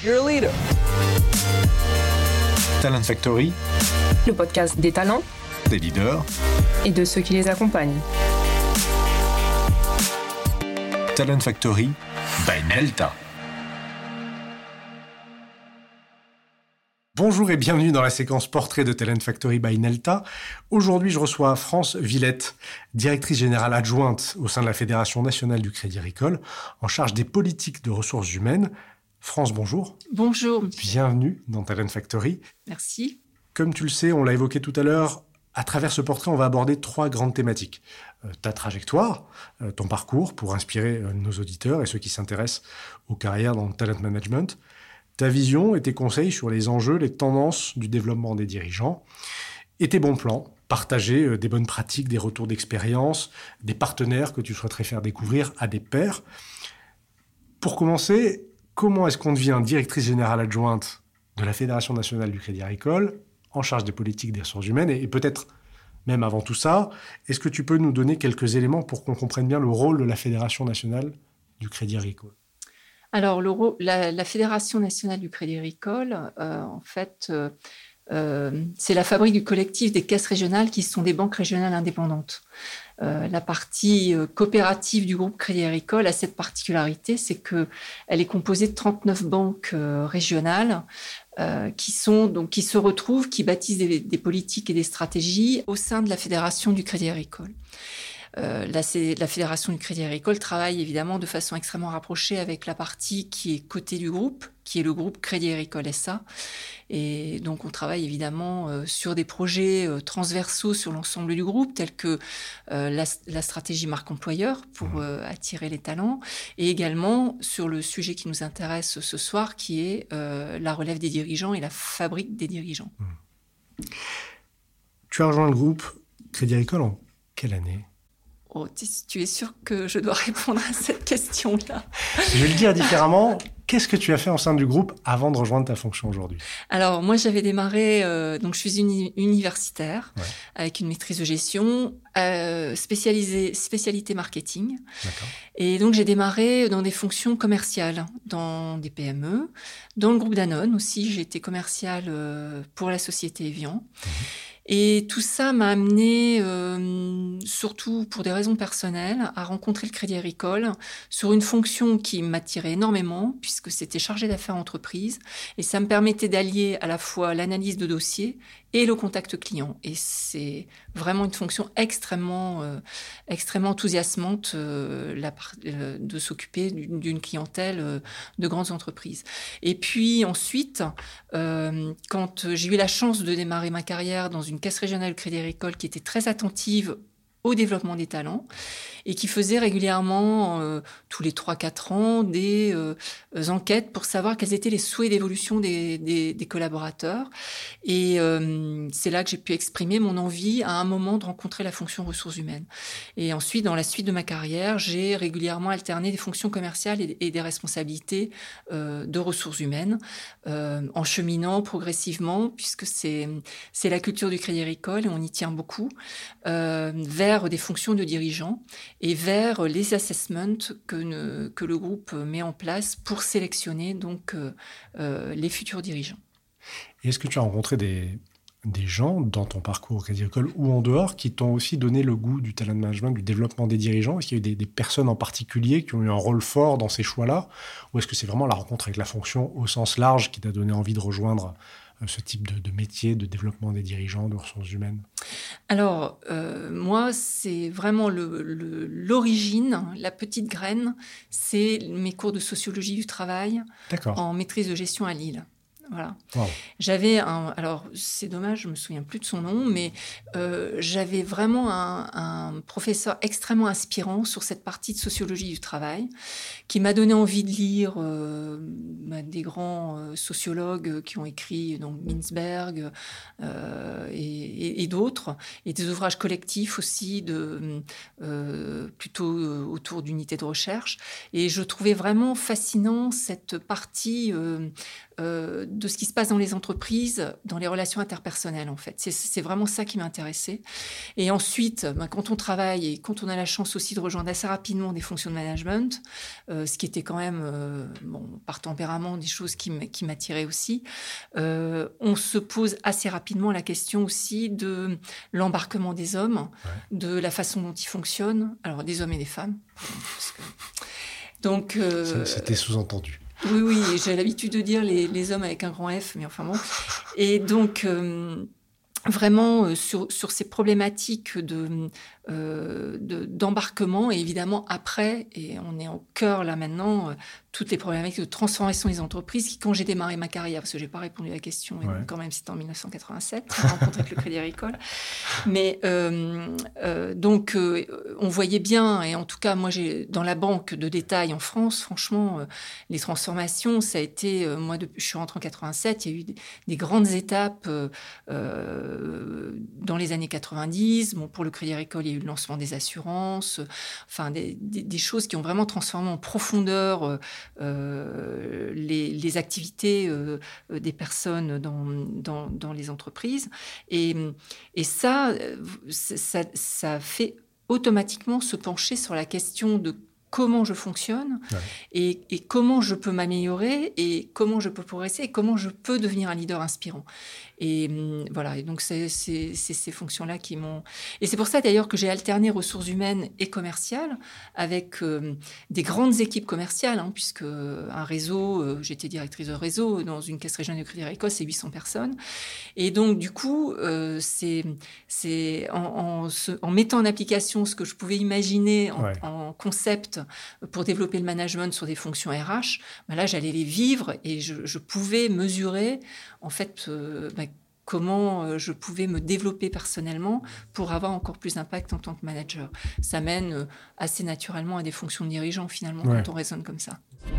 You're a leader. Talent Factory, le podcast des talents, des leaders et de ceux qui les accompagnent. Talent Factory by Nelta. Bonjour et bienvenue dans la séquence portrait de Talent Factory by Nelta. Aujourd'hui, je reçois France Villette, directrice générale adjointe au sein de la Fédération nationale du Crédit Agricole, en charge des politiques de ressources humaines. France, bonjour. Bonjour. Bienvenue dans Talent Factory. Merci. Comme tu le sais, on l'a évoqué tout à l'heure, à travers ce portrait, on va aborder 3 grandes thématiques. Ta trajectoire, ton parcours pour inspirer nos auditeurs et ceux qui s'intéressent aux carrières dans le talent management, ta vision et tes conseils sur les enjeux, les tendances du développement des dirigeants et tes bons plans, partager des bonnes pratiques, des retours d'expérience, des partenaires que tu souhaiterais faire découvrir à des pairs. Pour commencer, comment est-ce qu'on devient directrice générale adjointe de la Fédération nationale du Crédit Agricole en charge des politiques des ressources humaines et peut-être même avant tout ça, est-ce que tu peux nous donner quelques éléments pour qu'on comprenne bien le rôle de la Fédération nationale du Crédit Agricole ? Alors, la Fédération nationale du Crédit Agricole, c'est la fabrique du collectif des caisses régionales qui sont des banques régionales indépendantes. La partie coopérative du groupe Crédit Agricole a cette particularité, c'est qu'elle est composée de 39 banques régionales qui se retrouvent, qui bâtissent des politiques et des stratégies au sein de la Fédération du Crédit Agricole. La Fédération du Crédit Agricole travaille évidemment de façon extrêmement rapprochée avec la partie qui est cotée du groupe, qui est le groupe Crédit Agricole SA. Et donc, on travaille évidemment sur des projets transversaux sur l'ensemble du groupe, tels que la stratégie marque employeur pour attirer les talents, et également sur le sujet qui nous intéresse ce soir, qui est la relève des dirigeants et la fabrique des dirigeants. Tu as rejoint le groupe Crédit Agricole en quelle année ? Oh, tu es sûr que je dois répondre à cette question-là ? Je vais le dire différemment. Qu'est-ce que tu as fait au sein du groupe avant de rejoindre ta fonction aujourd'hui ? Alors, moi, j'avais démarré... donc, je suis universitaire avec une maîtrise de gestion, spécialité marketing. D'accord. Et donc, j'ai démarré dans des fonctions commerciales, dans des PME. Dans le groupe Danone aussi, j'ai été commerciale pour la société Evian. Et tout ça m'a amené, surtout pour des raisons personnelles, à rencontrer le Crédit Agricole sur une fonction qui m'attirait énormément, puisque c'était chargé d'affaires entreprise, et ça me permettait d'allier à la fois l'analyse de dossiers et le contact client. Et c'est vraiment une fonction extrêmement enthousiasmante de s'occuper d'une clientèle de grandes entreprises. Et puis ensuite, quand j'ai eu la chance de démarrer ma carrière dans une caisse régionale du Crédit Agricole qui était très attentive au développement des talents et qui faisait régulièrement, tous les 3-4 ans, des enquêtes pour savoir quels étaient les souhaits d'évolution des collaborateurs. Et c'est là que j'ai pu exprimer mon envie à un moment de rencontrer la fonction ressources humaines. Et ensuite, dans la suite de ma carrière, j'ai régulièrement alterné des fonctions commerciales et des responsabilités de ressources humaines, en cheminant progressivement, puisque c'est la culture du Crédit Agricole et on y tient beaucoup, vers des fonctions de dirigeants et vers les assessments que le groupe met en place pour sélectionner donc les futurs dirigeants. Et est-ce que tu as rencontré des gens dans ton parcours au Crédit Agricole ou en dehors qui t'ont aussi donné le goût du talent management, du développement des dirigeants ? Est-ce qu'il y a eu des personnes en particulier qui ont eu un rôle fort dans ces choix-là ? Ou est-ce que c'est vraiment la rencontre avec la fonction au sens large qui t'a donné envie de rejoindre ce type de métier, de développement des dirigeants, de ressources humaines ? Alors, moi, c'est vraiment l'origine, la petite graine, c'est mes cours de sociologie du travail en maîtrise de gestion à Lille. Voilà. Wow. J'avais alors c'est dommage, je me souviens plus de son nom, mais j'avais vraiment un professeur extrêmement inspirant sur cette partie de sociologie du travail, qui m'a donné envie de lire des grands sociologues qui ont écrit, donc Ginsberg et d'autres, et des ouvrages collectifs aussi plutôt autour d'unités de recherche. Et je trouvais vraiment fascinant cette partie de ce qui se passe dans les entreprises, dans les relations interpersonnelles, en fait. C'est vraiment ça qui m'intéressait. Et ensuite, quand on travaille et quand on a la chance aussi de rejoindre assez rapidement des fonctions de management, ce qui était quand même, par tempérament, vraiment des choses qui m'attiraient aussi. On se pose assez rapidement la question aussi de l'embarquement des hommes, de la façon dont ils fonctionnent, alors des hommes et des femmes. Donc, c'était sous-entendu. Oui, j'ai l'habitude de dire les hommes avec un grand F, mais enfin bon. Et donc, vraiment, sur ces problématiques d'embarquement, et évidemment après, et on est au cœur là maintenant, toutes les problématiques de transformation des entreprises qui, quand j'ai démarré ma carrière, parce que j'ai pas répondu à la question, et donc quand même c'était en 1987, j'ai rencontré avec le Crédit Agricole, mais donc on voyait bien, et en tout cas moi dans la banque de détail en France, franchement, les transformations, ça a été, je suis rentrée en 87, il y a eu des grandes étapes dans les années 90. Bon, pour le Crédit Agricole, il y a eu le lancement des assurances, enfin des choses qui ont vraiment transformé en profondeur les activités des personnes dans les entreprises. Et ça fait automatiquement se pencher sur la question de comment je fonctionne et comment je peux m'améliorer et comment je peux progresser et comment je peux devenir un leader inspirant. Et voilà, et donc c'est ces fonctions-là qui m'ont... Et c'est pour ça d'ailleurs que j'ai alterné ressources humaines et commerciales avec des grandes équipes commerciales, puisque un réseau, j'étais directrice de réseau dans une caisse régionale de Crédit Agricole, c'est 800 personnes. Et donc du coup, c'est en mettant en application ce que je pouvais imaginer en concept pour développer le management sur des fonctions RH, là j'allais les vivre et je pouvais mesurer en fait comment je pouvais me développer personnellement pour avoir encore plus d'impact en tant que manager. Ça mène assez naturellement à des fonctions de dirigeant finalement quand on raisonne comme ça.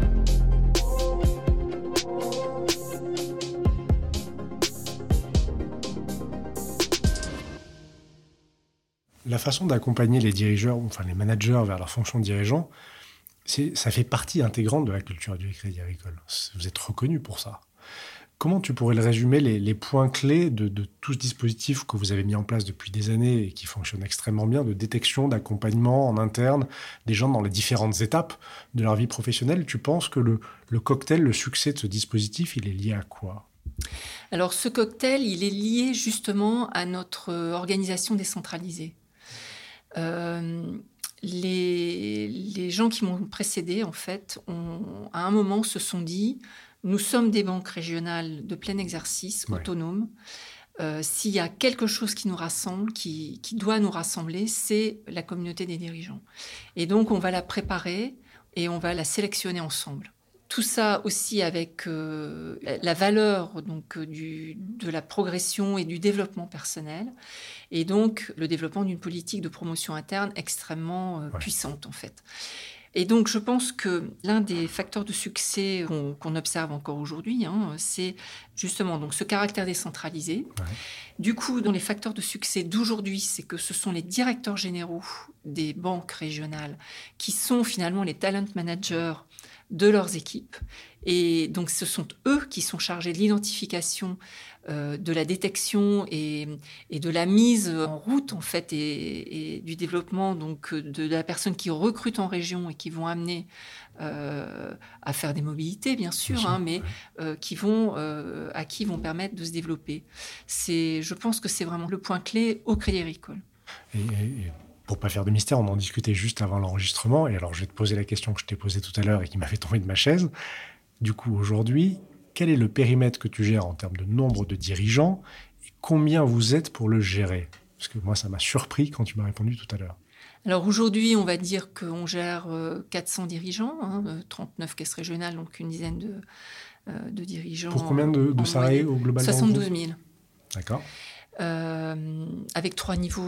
La façon d'accompagner les dirigeants, enfin les managers vers leur fonction de dirigeant, ça fait partie intégrante de la culture du Crédit Agricole. Vous êtes reconnu pour ça. Comment tu pourrais le résumer, les points clés de tout ce dispositif que vous avez mis en place depuis des années et qui fonctionne extrêmement bien, de détection, d'accompagnement en interne des gens dans les différentes étapes de leur vie professionnelle? Tu penses que le cocktail, le succès de ce dispositif, il est lié à quoi? Alors ce cocktail, il est lié justement à notre organisation décentralisée. Les gens qui m'ont précédé, en fait, à un moment se sont dit... Nous sommes des banques régionales de plein exercice, autonomes. S'il y a quelque chose qui nous rassemble, qui doit nous rassembler, c'est la communauté des dirigeants. Et donc, on va la préparer et on va la sélectionner ensemble. Tout ça aussi avec la valeur donc, de la progression et du développement personnel. Et donc, le développement d'une politique de promotion interne extrêmement puissante, en fait. Et donc, je pense que l'un des facteurs de succès qu'on observe encore aujourd'hui, c'est justement donc, ce caractère décentralisé. Du coup, dans les facteurs de succès d'aujourd'hui, c'est que ce sont les directeurs généraux des banques régionales qui sont finalement les talent managers de leurs équipes. Et donc, ce sont eux qui sont chargés de l'identification, de la détection et de la mise en route, en fait, et du développement donc, de la personne qui recrute en région et qui vont amener à faire des mobilités, bien sûr, mais à qui vont permettre de se développer. Je pense que c'est vraiment le point clé au Crédit Agricole. Et pour pas faire de mystère, on en discutait juste avant l'enregistrement. Et alors, je vais te poser la question que je t'ai posée tout à l'heure et qui m'a fait tomber de ma chaise. Du coup, aujourd'hui, quel est le périmètre que tu gères en termes de nombre de dirigeants et combien vous êtes pour le gérer? Parce que moi, ça m'a surpris quand tu m'as répondu tout à l'heure. Alors aujourd'hui, on va dire qu'on gère 400 dirigeants, 39 caisses régionales, donc une dizaine de dirigeants. Pour combien de salariés au global? 72 000. D'accord. Avec 3 niveaux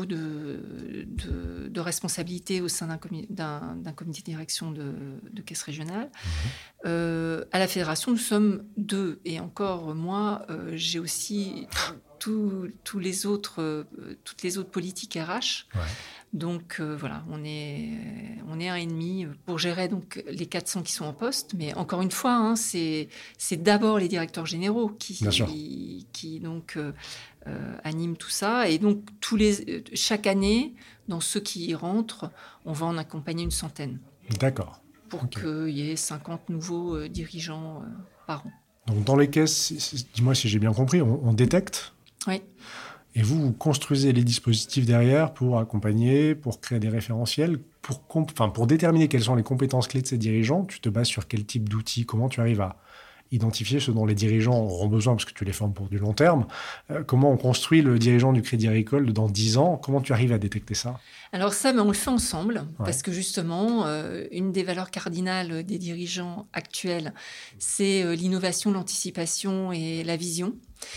de responsabilité au sein d'un comité de direction de caisse régionale. À la fédération, nous sommes 2. Et encore, moi, j'ai aussi toutes les autres politiques RH. Donc voilà, on est 1,5 pour gérer donc les 400 qui sont en poste. Mais encore une fois, c'est d'abord les directeurs généraux qui donc animent tout ça. Et donc chaque année, dans ceux qui y rentrent, on va en accompagner une centaine. D'accord. pour qu'il y ait 50 nouveaux dirigeants par an. Donc dans les caisses, dis-moi si j'ai bien compris, on détecte. Oui. Et vous construisez les dispositifs derrière pour accompagner, pour créer des référentiels, pour déterminer quelles sont les compétences clés de ces dirigeants. Tu te bases sur quel type d'outils? Comment tu arrives à identifier ce dont les dirigeants auront besoin, parce que tu les formes pour du long terme. Comment on construit le dirigeant du Crédit Agricole dans 10 ans? Comment tu arrives à détecter ça? Alors ça, on le fait ensemble, parce que justement, une des valeurs cardinales des dirigeants actuels, c'est l'innovation, l'anticipation et la vision.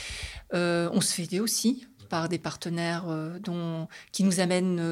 On se fait aider aussi par des partenaires qui nous amènent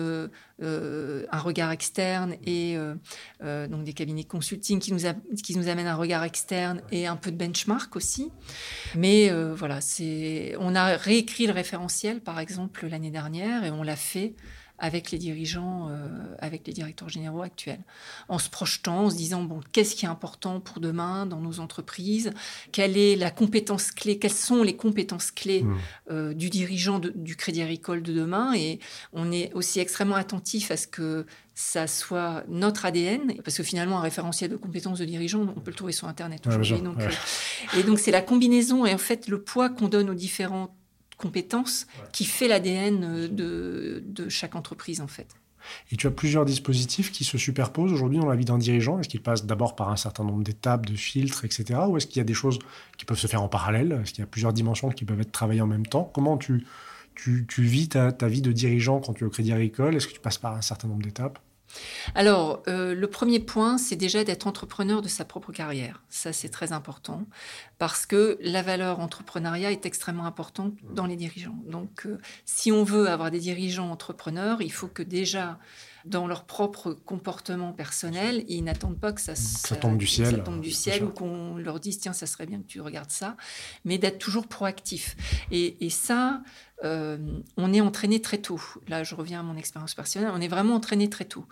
un regard externe et donc des cabinets de consulting qui nous amènent un regard externe et un peu de benchmark aussi. Mais voilà, on a réécrit le référentiel, par exemple, l'année dernière, et on l'a fait avec les dirigeants, avec les directeurs généraux actuels, en se projetant, en se disant bon, qu'est-ce qui est important pour demain dans nos entreprises, quelle est la compétence clé, quelles sont les compétences clés du dirigeant du Crédit Agricole de demain, et on est aussi extrêmement attentif à ce que ça soit notre ADN, parce que finalement un référentiel de compétences de dirigeants, on peut le trouver sur Internet aujourd'hui. Et donc c'est la combinaison et en fait le poids qu'on donne aux différentes compétences qui fait l'ADN de chaque entreprise en fait. Et tu as plusieurs dispositifs qui se superposent aujourd'hui dans la vie d'un dirigeant. Est-ce qu'ils passent d'abord par un certain nombre d'étapes, de filtres, etc. Ou est-ce qu'il y a des choses qui peuvent se faire en parallèle? Est-ce qu'il y a plusieurs dimensions qui peuvent être travaillées en même temps? Comment tu vis ta vie de dirigeant quand tu es au Crédit Agricole? Est-ce que tu passes par un certain nombre d'étapes? Alors, le premier point, c'est déjà d'être entrepreneur de sa propre carrière. Ça, c'est très important parce que la valeur entrepreneuriat est extrêmement importante dans les dirigeants. Donc, si on veut avoir des dirigeants entrepreneurs, il faut que déjà, dans leur propre comportement personnel, ils n'attendent pas que ça tombe du ciel, ou qu'on leur dise « tiens, ça serait bien que tu regardes ça », mais d'être toujours proactif. Et ça, on est entraîné très tôt. Là, je reviens à mon expérience personnelle, on est vraiment entraîné très tôt.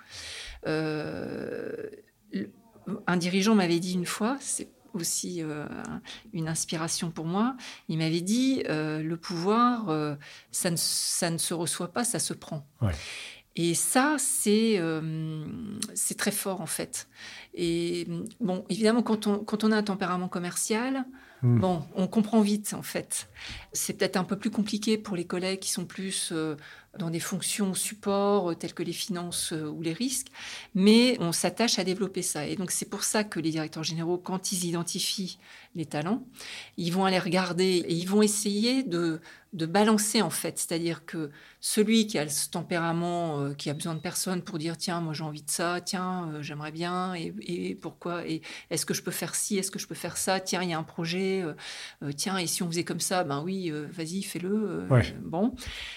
Un dirigeant m'avait dit une fois, c'est aussi une inspiration pour moi, il m'avait dit le pouvoir, ça ne se reçoit pas, ça se prend. Ouais. Et ça, c'est très fort, en fait. Et bon, évidemment, quand on a un tempérament commercial, bon, on comprend vite, en fait. C'est peut-être un peu plus compliqué pour les collègues qui sont plus dans des fonctions support, telles que les finances ou les risques, mais on s'attache à développer ça. Et donc, c'est pour ça que les directeurs généraux, quand ils identifient les talents, ils vont aller regarder et ils vont essayer de balancer, en fait. C'est-à-dire que celui qui a ce tempérament, qui a besoin de personne pour dire « tiens, moi j'ai envie de ça, tiens, j'aimerais bien, et pourquoi, et est-ce que je peux faire ci, est-ce que je peux faire ça, tiens, il y a un projet, tiens, et si on faisait comme ça, ben oui, vas-y, fais-le. » Bon.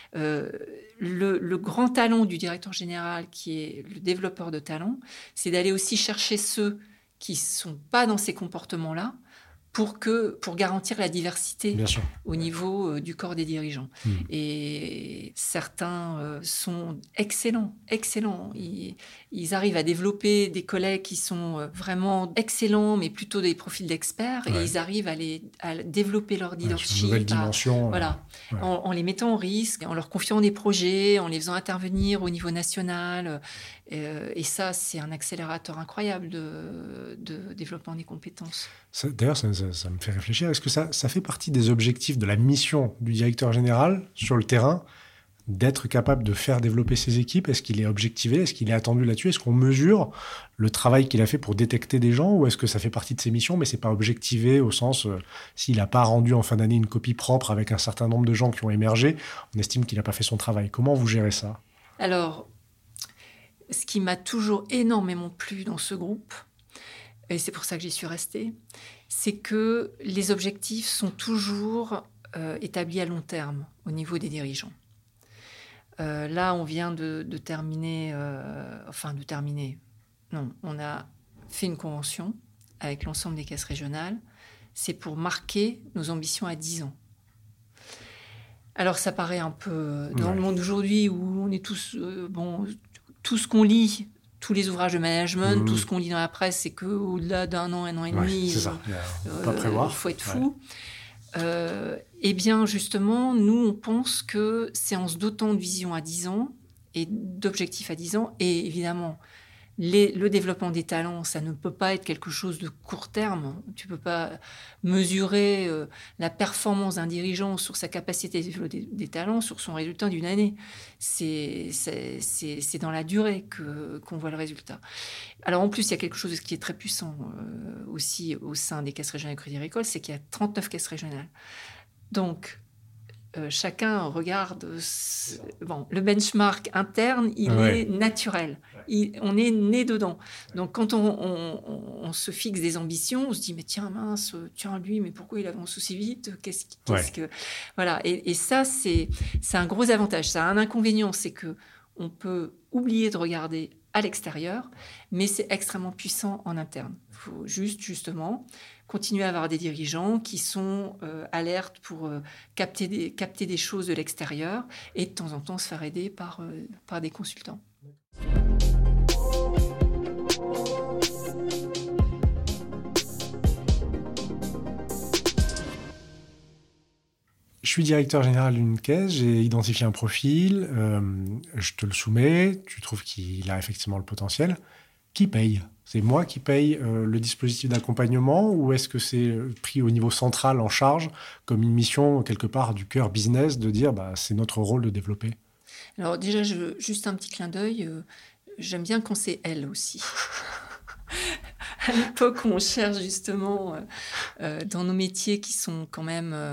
Le grand talent du directeur général, qui est le développeur de talent, c'est d'aller aussi chercher ceux qui ne sont pas dans ces comportements-là, pour garantir la diversité au niveau du corps des dirigeants. Et certains sont excellents. Ils arrivent à développer des collègues qui sont vraiment excellents, mais plutôt des profils d'experts, et ils arrivent à développer leur leadership. Une nouvelle dimension. En les mettant en risque, en leur confiant des projets, en les faisant intervenir au niveau national. Et ça, c'est un accélérateur incroyable de développement des compétences. D'ailleurs, ça me fait réfléchir. Est-ce que ça fait partie des objectifs de la mission du directeur général sur le terrain, d'être capable de faire développer ses équipes? Est-ce qu'il est objectivé? Est-ce qu'il est attendu là-dessus? Est-ce qu'on mesure le travail qu'il a fait pour détecter des gens? Ou est-ce que ça fait partie de ses missions, mais c'est pas objectivé au sens, s'il n'a pas rendu en fin d'année une copie propre avec un certain nombre de gens qui ont émergé, on estime qu'il n'a pas fait son travail. Comment vous gérez ça? Alors, ce qui m'a toujours énormément plu dans ce groupe, et c'est pour ça que j'y suis restée, c'est que les objectifs sont toujours établis à long terme au niveau des dirigeants. Là, on vient de terminer, non, on a fait une convention avec l'ensemble des caisses régionales. C'est pour marquer nos ambitions à 10 ans. Alors, ça paraît un peu dans le monde d'aujourd'hui où on est tous... tout ce qu'on lit, tous les ouvrages de management, tout ce qu'on lit dans la presse, c'est qu'au-delà d'un an, un an et demi, c'est ça. Pas prévoir. Il faut être fou. Eh bien, justement, nous, on pense que c'est en se dotant de vision à 10 ans et d'objectifs à 10 ans, et évidemment, le développement des talents, ça ne peut pas être quelque chose de court terme. Tu ne peux pas mesurer la performance d'un dirigeant sur sa capacité à développer des talents, sur son résultat d'une année. C'est dans la durée qu'on voit le résultat. Alors en plus, il y a quelque chose qui est très puissant aussi au sein des caisses régionales de Crédit Agricole, c'est qu'il y a 39 caisses régionales. Donc, chacun regarde le benchmark interne, il est naturel. On est né dedans. Donc, quand on se fixe des ambitions, on se dit mais tiens mince, tiens lui, mais pourquoi il avance aussi vite ? Voilà. Et ça, c'est un gros avantage. Ça a un inconvénient, c'est que on peut oublier de regarder à l'extérieur, mais c'est extrêmement puissant en interne. Il faut justement continuer à avoir des dirigeants qui sont alertes pour capter des choses de l'extérieur et de temps en temps se faire aider par des consultants. Je suis directeur général d'une caisse, j'ai identifié un profil, je te le soumets, tu trouves qu'il a effectivement le potentiel. Qui paye ? C'est moi qui paye le dispositif d'accompagnement ou est-ce que c'est pris au niveau central en charge comme une mission quelque part du cœur business de dire c'est notre rôle de développer ? Alors déjà, juste un petit clin d'œil, j'aime bien quand c'est elle aussi. À l'époque où on cherche justement dans nos métiers qui sont quand même...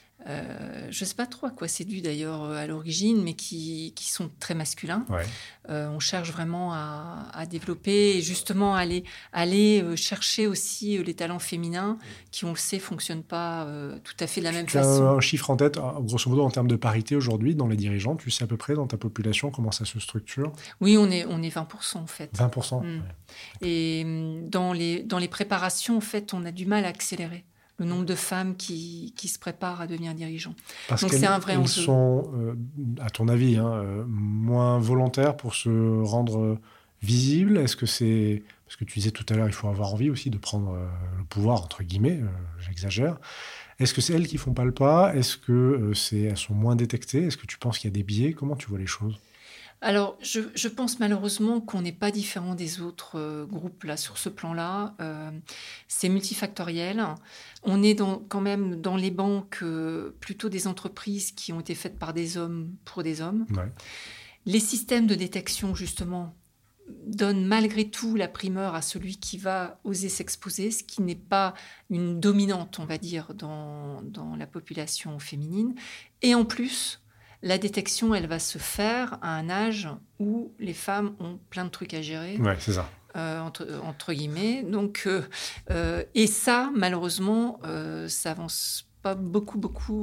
je ne sais pas trop à quoi c'est dû d'ailleurs à l'origine, mais qui sont très masculins. Ouais. On cherche vraiment à développer et justement aller chercher aussi les talents féminins qui, on le sait, ne fonctionnent pas tout à fait de la même façon. Tu as un chiffre en tête, grosso modo, en termes de parité aujourd'hui dans les dirigeants, tu sais à peu près dans ta population comment ça se structure ? Oui, on est 20% en fait. 20%. Ouais. Et dans les préparations, en fait, on a du mal à accélérer le nombre de femmes qui se préparent à devenir dirigeants. Parce donc c'est un vrai enjeu. Elles sont, à ton avis, moins volontaires pour se rendre visibles. Est-ce que c'est... Parce que tu disais tout à l'heure, il faut avoir envie aussi de prendre le pouvoir, entre guillemets, j'exagère. Est-ce que c'est elles qui font pas le pas ? Est-ce que elles sont moins détectées ? Est-ce que tu penses qu'il y a des biais ? Comment tu vois les choses ? Alors, je pense malheureusement qu'on n'est pas différent des autres groupes là, sur ce plan-là. C'est multifactoriel. On est quand même dans les banques plutôt des entreprises qui ont été faites par des hommes pour des hommes. Ouais. Les systèmes de détection, justement, donnent malgré tout la primeur à celui qui va oser s'exposer, ce qui n'est pas une dominante, on va dire, dans la population féminine. Et en plus... la détection, elle va se faire à un âge où les femmes ont plein de trucs à gérer. Ouais, c'est ça. Entre guillemets. Donc, et ça, malheureusement, ça avance pas beaucoup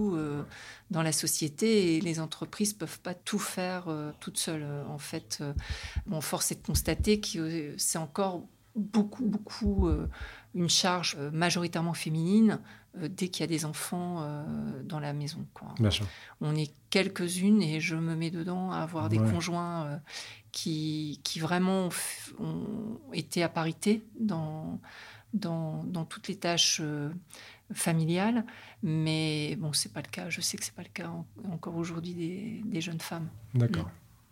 dans la société et les entreprises peuvent pas tout faire toutes seules. En fait, force est de constater que c'est encore beaucoup une charge majoritairement féminine dès qu'il y a des enfants dans la maison, quoi. Bien sûr. On est quelques-unes et je me mets dedans à avoir des conjoints qui vraiment ont été à parité dans toutes les tâches familiales, mais bon, c'est pas le cas. Je sais que c'est pas le cas encore aujourd'hui des jeunes femmes. D'accord.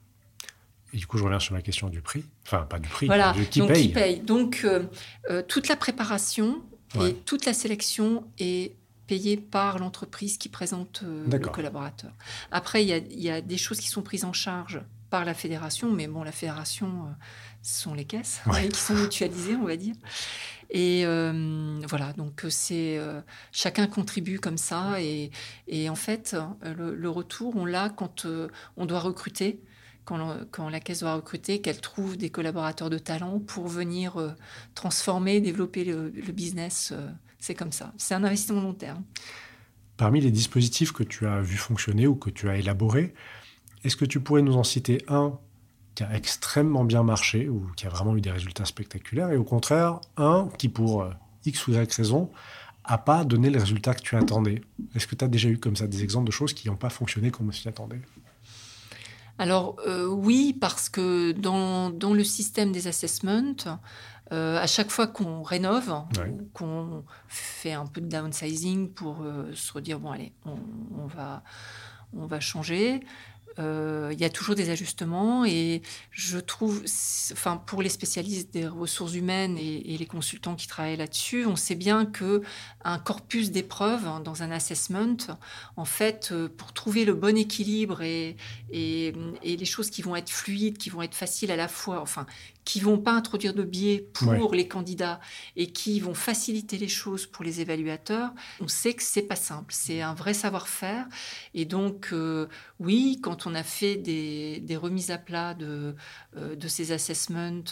Et du coup, je reviens sur la question du prix. Enfin, pas du prix, voilà. de qui donc, paye. Qui paye. Donc, toute la préparation et toute la sélection est payée par l'entreprise qui présente le collaborateur. Après, il y a des choses qui sont prises en charge par la fédération, mais bon, la fédération, ce sont les caisses qui sont mutualisées, on va dire. Et voilà, donc chacun contribue comme ça. Et en fait, le retour, on l'a quand on doit recruter. Quand la caisse doit recruter, qu'elle trouve des collaborateurs de talent pour venir transformer, développer le business. C'est comme ça. C'est un investissement long terme. Parmi les dispositifs que tu as vu fonctionner ou que tu as élaborés, est-ce que tu pourrais nous en citer un qui a extrêmement bien marché ou qui a vraiment eu des résultats spectaculaires et au contraire, un qui, pour X ou Y raison, n'a pas donné les résultats que tu attendais ? Est-ce que tu as déjà eu comme ça des exemples de choses qui n'ont pas fonctionné comme on s'y attendait ? Alors oui, parce que dans le système des assessments, à chaque fois qu'on rénove, ou qu'on fait un peu de downsizing pour se redire, bon allez, on va changer, il y a toujours des ajustements et je trouve, pour les spécialistes des ressources humaines et les consultants qui travaillent là-dessus, on sait bien qu'un corpus d'épreuves dans un assessment, en fait, pour trouver le bon équilibre et les choses qui vont être fluides, qui vont être faciles à la fois, qui vont pas introduire de biais pour les candidats et qui vont faciliter les choses pour les évaluateurs, on sait que c'est pas simple, c'est un vrai savoir-faire. Et donc, oui, quand on a fait des remises à plat de ces assessments,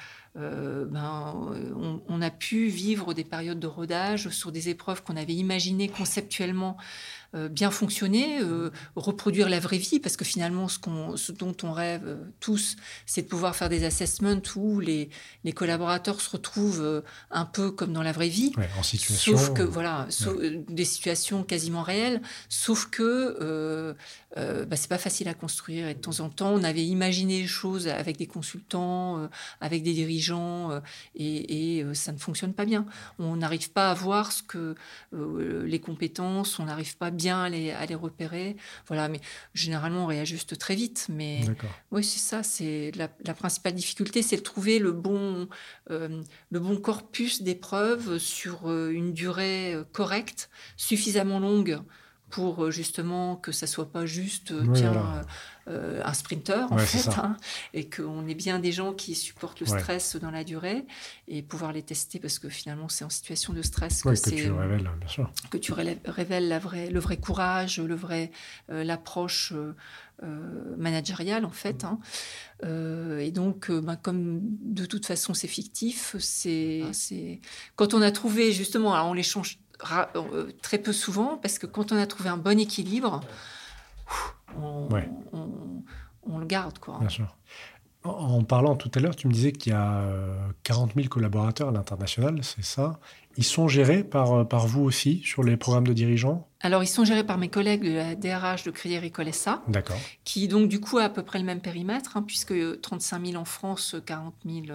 on a pu vivre des périodes de rodage sur des épreuves qu'on avait imaginées conceptuellement bien fonctionner, reproduire la vraie vie, parce que finalement, ce dont on rêve tous, c'est de pouvoir faire des assessments où les collaborateurs se retrouvent un peu comme dans la vraie vie, en situation, sauf que des situations quasiment réelles, sauf que c'est pas facile à construire. Et de temps en temps, on avait imaginé les choses avec des consultants, avec des dirigeants, et ça ne fonctionne pas bien. On n'arrive pas à voir ce que les compétences, on n'arrive pas bien à les repérer. Voilà, mais généralement, on réajuste très vite. Mais oui, c'est ça. C'est la principale difficulté, c'est de trouver le bon corpus d'épreuves sur une durée correcte, suffisamment longue pour justement que ça soit pas juste un sprinter en fait, et qu'on ait bien des gens qui supportent le stress dans la durée et pouvoir les tester, parce que finalement c'est en situation de stress que tu révèles, bien sûr, que tu révèles le vrai courage, l'approche managériale en fait, et donc comme de toute façon c'est fictif, c'est quand on a trouvé justement, alors on les change très peu souvent, parce que quand on a trouvé un bon équilibre, on le garde, quoi. Bien sûr. En parlant tout à l'heure, tu me disais qu'il y a 40 000 collaborateurs à l'international, c'est ça? Ils sont gérés par vous aussi sur les programmes de dirigeants? Alors, ils sont gérés par mes collègues de la DRH de Crédit Agricole SA, qui donc du coup a à peu près le même périmètre, puisque 35 000 en France, 40 000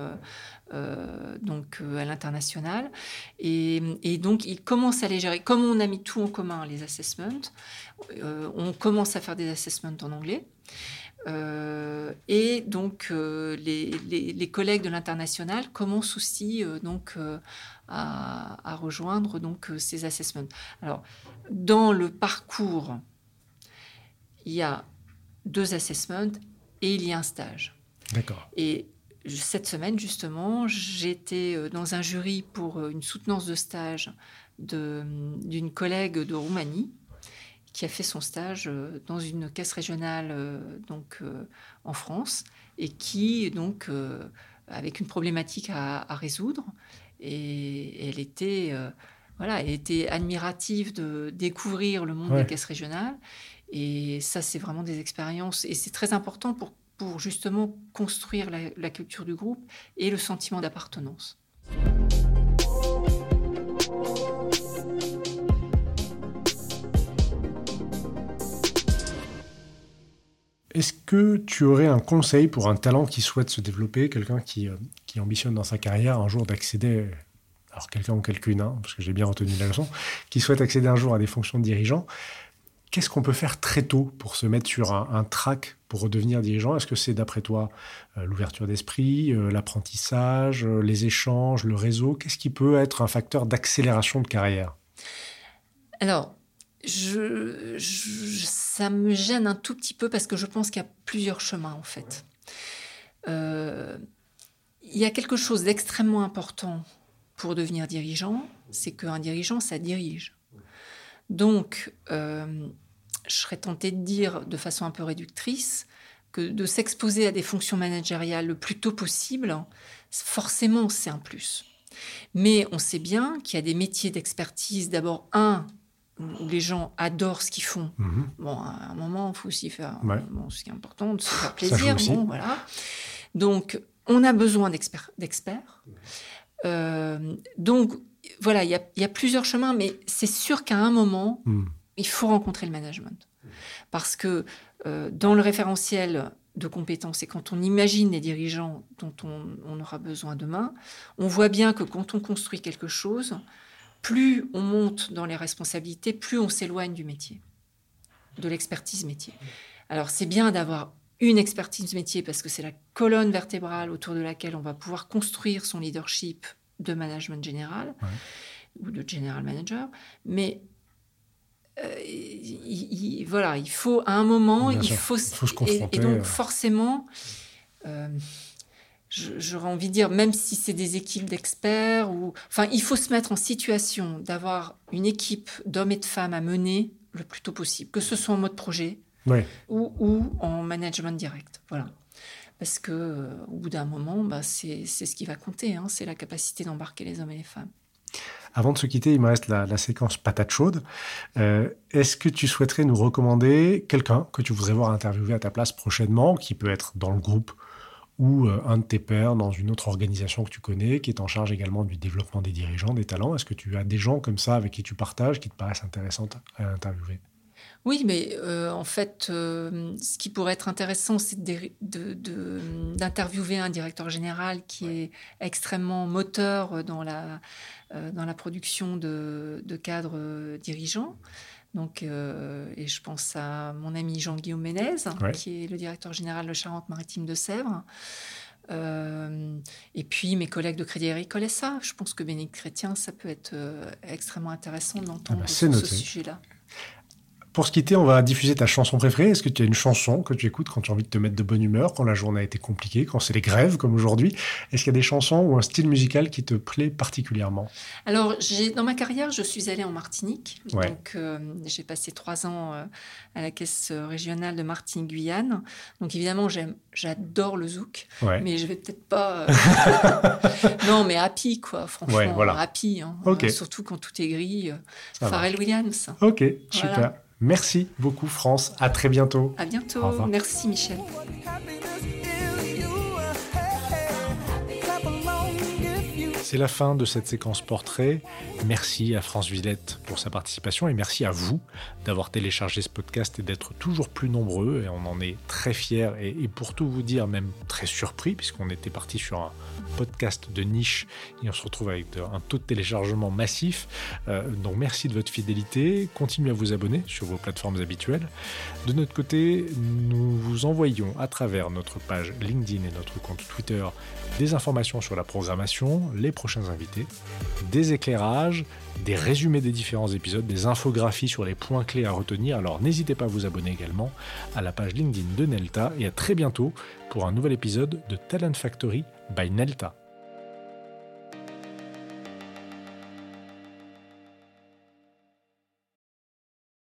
à l'international. Et donc, ils commencent à les gérer. Comme on a mis tout en commun, les assessments, on commence à faire des assessments en anglais. Et donc les collègues de l'international commencent aussi à rejoindre ces assessments. Alors, dans le parcours, il y a 2 assessments et il y a un stage. D'accord. Et cette semaine, justement, j'étais dans un jury pour une soutenance de stage d'une collègue de Roumanie qui a fait son stage dans une caisse régionale en France, et qui avec une problématique à résoudre, et elle était admirative de découvrir le monde des caisses régionales, et ça c'est vraiment des expériences, et c'est très important pour justement construire la culture du groupe et le sentiment d'appartenance. Est-ce que tu aurais un conseil pour un talent qui souhaite se développer, quelqu'un qui ambitionne dans sa carrière un jour d'accéder, alors quelqu'un ou quelqu'une, parce que j'ai bien retenu la leçon, qui souhaite accéder un jour à des fonctions de dirigeant, qu'est-ce qu'on peut faire très tôt pour se mettre sur un track pour redevenir dirigeant? Est-ce que c'est, d'après toi, l'ouverture d'esprit, l'apprentissage, les échanges, le réseau? Qu'est-ce qui peut être un facteur d'accélération de carrière? Alors, ça me gêne un tout petit peu, parce que je pense qu'il y a plusieurs chemins, en fait. Il y a quelque chose d'extrêmement important pour devenir dirigeant, c'est qu'un dirigeant, ça dirige. Donc, je serais tentée de dire, de façon un peu réductrice, que de s'exposer à des fonctions managériales le plus tôt possible, forcément, c'est un plus. Mais on sait bien qu'il y a des métiers d'expertise, d'abord, où les gens adorent ce qu'ils font. Bon, à un moment, il faut aussi faire ce qui est important, de se faire plaisir. Voilà. Donc, on a besoin d'experts. Donc, voilà, il y a plusieurs chemins, mais c'est sûr qu'à un moment, il faut rencontrer le management. Parce que dans le référentiel de compétences, et quand on imagine les dirigeants dont on aura besoin demain, on voit bien que quand on construit quelque chose, plus on monte dans les responsabilités, plus on s'éloigne du métier, de l'expertise métier. Alors, c'est bien d'avoir une expertise métier parce que c'est la colonne vertébrale autour de laquelle on va pouvoir construire son leadership de management général ou de general manager. Mais il faut à un moment, il faut se confronter. Et donc forcément, j'aurais envie de dire, même si c'est des équipes d'experts, il faut se mettre en situation d'avoir une équipe d'hommes et de femmes à mener le plus tôt possible, que ce soit en mode projet ou en management direct. Voilà. Parce que au bout d'un moment, c'est ce qui va compter, hein, c'est la capacité d'embarquer les hommes et les femmes. Avant de se quitter, il me reste la séquence patate chaude. Est-ce que tu souhaiterais nous recommander quelqu'un que tu voudrais voir interviewer à ta place prochainement, qui peut être dans le groupe ou un de tes pairs dans une autre organisation que tu connais, qui est en charge également du développement des dirigeants, des talents? Est-ce que tu as des gens comme ça avec qui tu partages, qui te paraissent intéressantes à interviewer? Oui, mais en fait, ce qui pourrait être intéressant, c'est d'interviewer un directeur général qui est extrêmement moteur dans la production de cadres dirigeants. Donc, et je pense à mon ami Jean-Guillaume Ménez, qui est le directeur général de Charente-Maritime de Sèvres. Et puis mes collègues de Crédit Agricole SA. Je pense que Bénédicte Chrétien, ça peut être extrêmement intéressant d'entendre sur ce sujet-là. Pour se quitter, on va diffuser ta chanson préférée. Est-ce que tu as une chanson que tu écoutes quand tu as envie de te mettre de bonne humeur, quand la journée a été compliquée, quand c'est les grèves comme aujourd'hui? Est-ce qu'il y a des chansons ou un style musical qui te plaît particulièrement? Alors, dans ma carrière, je suis allée en Martinique. Donc, j'ai passé 3 ans à la caisse régionale de Martinique-Guyane. Donc, évidemment, j'adore le zouk. Mais je vais peut-être pas... non, mais happy, quoi. Franchement, happy. Hein. Surtout quand tout est gris. Pharrell Williams. Ok, super. Voilà. Merci beaucoup, France. À très bientôt. À bientôt. Merci, Michel. C'est la fin de cette séquence portrait. Merci à France Villette pour sa participation et merci à vous d'avoir téléchargé ce podcast et d'être toujours plus nombreux. Et on en est très fiers et pour tout vous dire, même très surpris, puisqu'on était parti sur un podcast de niche et on se retrouve avec un taux de téléchargement massif. Donc merci de votre fidélité. Continuez à vous abonner sur vos plateformes habituelles. De notre côté, nous vous envoyons à travers notre page LinkedIn et notre compte Twitter des informations sur la programmation, les prochains invités, des éclairages, des résumés des différents épisodes, des infographies sur les points clés à retenir. Alors n'hésitez pas à vous abonner également à la page LinkedIn de Nelta et à très bientôt pour un nouvel épisode de Talent Factory by Nelta.